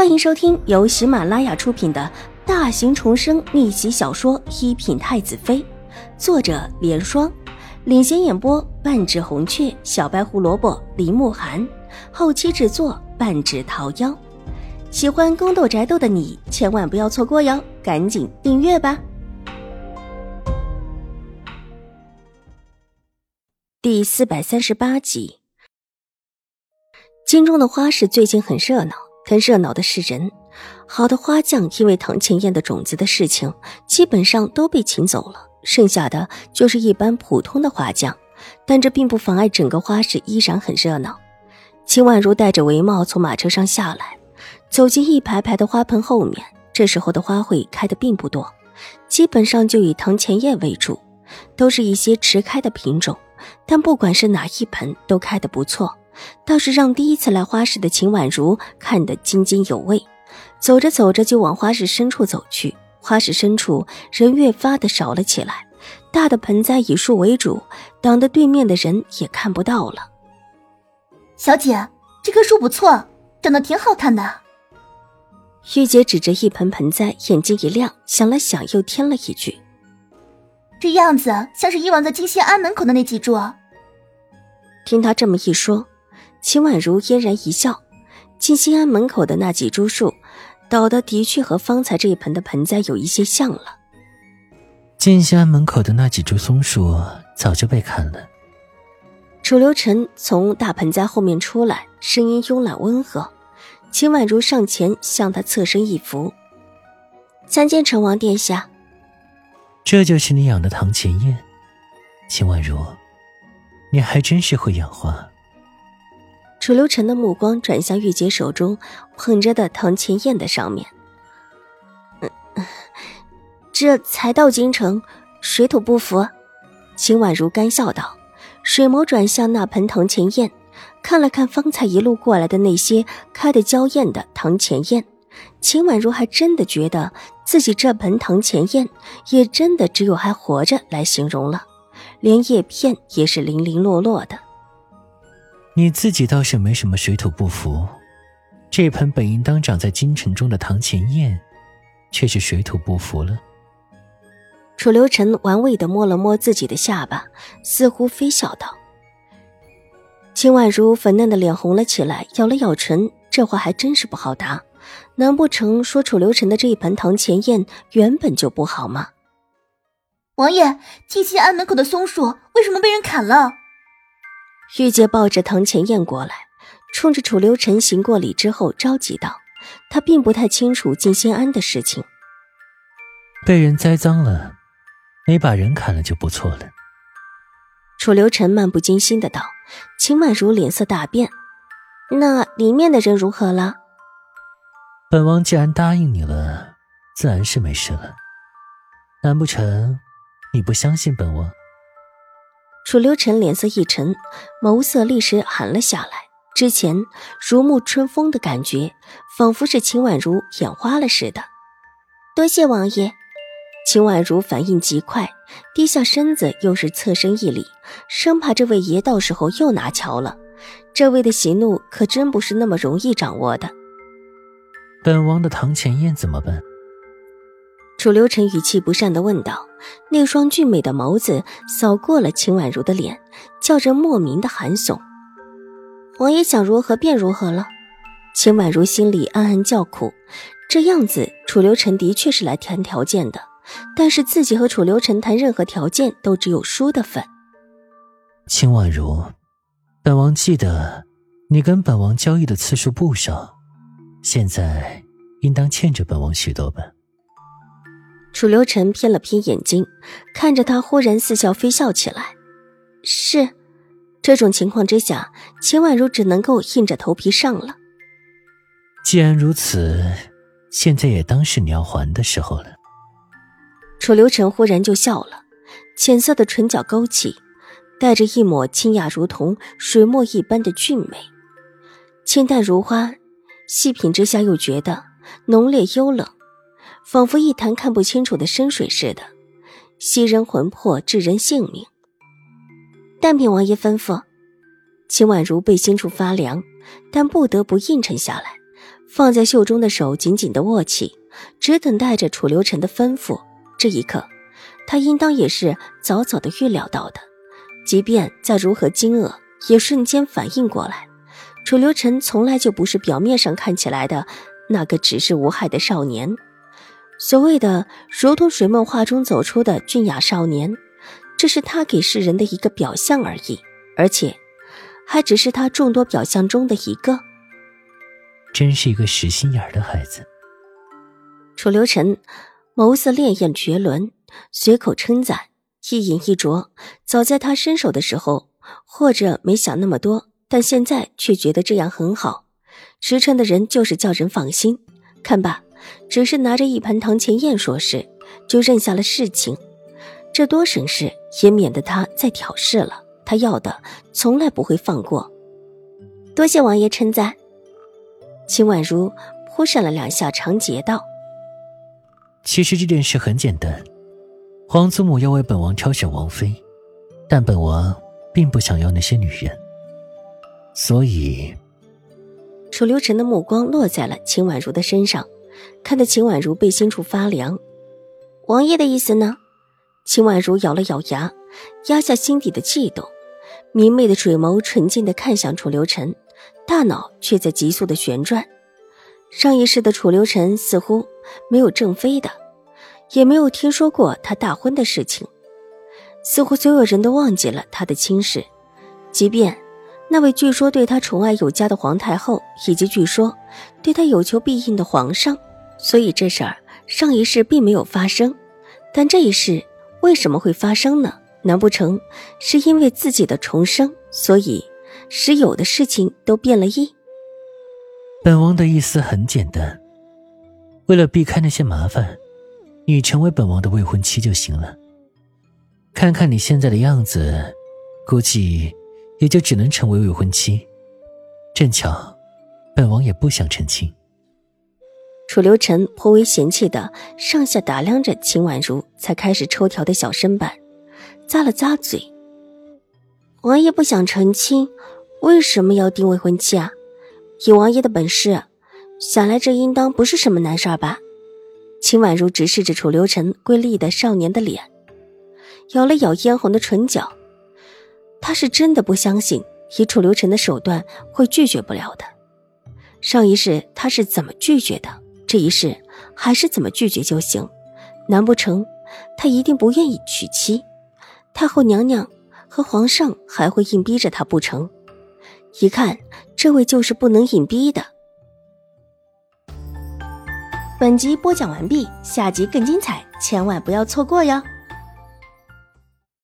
欢迎收听由喜马拉雅出品的大型重生逆袭小说《一品太子妃》，作者莲霜，领衔演播半指红雀、小白胡萝卜、林慕寒，后期制作半指桃夭。喜欢宫斗宅斗的你千万不要错过哟，赶紧订阅吧。第438集。京中的花市最近很热闹，更热闹的是人。好的花匠因为唐前燕的种子的事情基本上都被请走了，剩下的就是一般普通的花匠，但这并不妨碍整个花市依然很热闹。秦婉如戴着帷帽从马车上下来，走进一排排的花盆后面。这时候的花卉开的并不多，基本上就以唐前燕为主，都是一些迟开的品种，但不管是哪一盆都开得不错，倒是让第一次来花市的秦婉如看得津津有味。走着走着就往花市深处走去，花市深处人越发的少了起来，大的盆栽以树为主，挡得对面的人也看不到了。 小姐，这棵树不错，长得挺好看的。 玉姐指着一盆盆栽，眼睛一亮，想了想又添了一句， 这样子像是以往在金仙庵门口的那几株。 听她这么一说，秦婉如嫣然一笑，金星庵门口的那几株树倒的的确和方才这一盆的盆栽有一些像了。 金星庵门口的那几株松树早就被砍了。 楚留臣从大盆栽后面出来，声音慵懒温和。秦婉如上前向他侧身一扶，参见成王殿下。 这就是你养的唐前燕。秦婉如，你还真是会养花。 楚留臣的目光转向玉洁手中捧着的唐前燕的上面。这才到京城，水土不服。秦婉如干笑道，水眸转向那盆唐前燕，看了看方才一路过来的那些开得娇艳的唐前燕，秦婉如还真的觉得自己这盆唐前燕也真的只有还活着来形容了，连叶片也是零零落落的。 你自己倒是没什么水土不服，这盆本应当长在京城中的唐前燕却是水土不服了。 楚留臣玩味地摸了摸自己的下巴，似乎非笑道。秦婉如粉嫩的脸红了起来，咬了咬唇，这话还真是不好答。难不成说楚留臣的这一盆唐前燕原本就不好吗？ 王爷，金星庵门口的松树为什么被人砍了？ 玉洁抱着唐前燕过来，冲着楚留臣行过礼之后着急道，他并不太清楚金星庵的事情。 被人栽赃了，没把人砍了就不错了。 楚留臣漫不经心的道。秦婉如脸色大变，那里面的人如何了？ 本王既然答应你了，自然是没事了。难不成你不相信本王？ 楚留臣脸色一沉，眸色立时寒了下来，之前如沐春风的感觉仿佛是秦婉如眼花了似的。多谢王爷。秦婉如反应极快，低下身子又是侧身一礼，生怕这位爷到时候又拿瞧了。这位的喜怒可真不是那么容易掌握的。 本王的唐前燕怎么办？ 楚留臣语气不善地问道，那双俊美的眸子扫过了秦婉如的脸，叫着莫名的寒悚。王爷想如何便如何了。秦婉如心里暗暗叫苦，这样子楚留臣的确是来谈条件的，但是自己和楚留臣谈任何条件都只有输的份。 秦婉如，本王记得你跟本王交易的次数不少，现在应当欠着本王许多吧。 楚留臣瞥了瞥眼睛，看着他忽然似笑非笑起来。是，这种情况之下，秦婉如只能够硬着头皮上了。 既然如此，现在也当是你要还的时候了。 楚留臣忽然就笑了，浅色的唇角勾起，带着一抹清雅如同水墨一般的俊美，清淡如花，细品之下又觉得浓烈幽冷，仿佛一潭看不清楚的深水似的，吸人魂魄，致人性命。但凭王爷吩咐。秦婉如背心处发凉，但不得不应承下来， 放在袖中的手紧紧地握起，只等待着楚留臣的吩咐。这一刻，他应当也是早早地预料到的，即便再如何惊愕，也瞬间反应过来，楚留臣从来就不是表面上看起来的那个只是无害的少年。所谓的如同水梦画中走出的俊雅少年，这是他给世人的一个表象而已，而且还只是他众多表象中的一个。 真是一个实心眼的孩子。 楚留臣眸色潋滟绝伦，随口称赞，一饮一啄，早在他伸手的时候，或者没想那么多，但现在却觉得这样很好。实诚的人就是叫人放心。看吧，只是拿着一盘堂前燕说事，就认下了事情，这多省事，也免得他再挑事了。他要的从来不会放过。多谢王爷称赞。秦婉如扑扇了2下长睫道， 其实这件事很简单，皇祖母要为本王挑选王妃，但本王并不想要那些女人，所以…… 楚留臣的目光落在了秦婉如的身上，看得秦婉如背心处发凉。王爷的意思呢？秦婉如咬了咬牙，压下心底的悸动，明媚的水眸纯净地看向楚留臣，大脑却在急速的旋转。上一世的楚留臣似乎没有正妃的，也没有听说过他大婚的事情，似乎所有人都忘记了他的亲事，即便那位据说对他宠爱有加的皇太后，以及据说对他有求必应的皇上，所以这事儿上一世并没有发生。但这一世为什么会发生呢？难不成是因为自己的重生，所以使有的事情都变了意？ 本王的意思很简单，为了避开那些麻烦，你成为本王的未婚妻就行了。看看你现在的样子，估计也就只能成为未婚妻。正巧，本王也不想成亲。 楚留臣颇为嫌弃地上下打量着秦婉如才开始抽条的小身板，咂了咂嘴。王爷不想成亲，为什么要定未婚妻啊？以王爷的本事，想来这应当不是什么难事吧？秦婉如直视着楚留臣瑰丽的少年的脸，咬了咬嫣红的唇角。她是真的不相信以楚留臣的手段会拒绝不了的。上一世他是怎么拒绝的，这一世还是怎么拒绝就行。难不成他一定不愿意娶妻？太后娘娘和皇上还会硬逼着他不成？一看这位就是不能硬逼的。本集播讲完毕，下集更精彩，千万不要错过哟。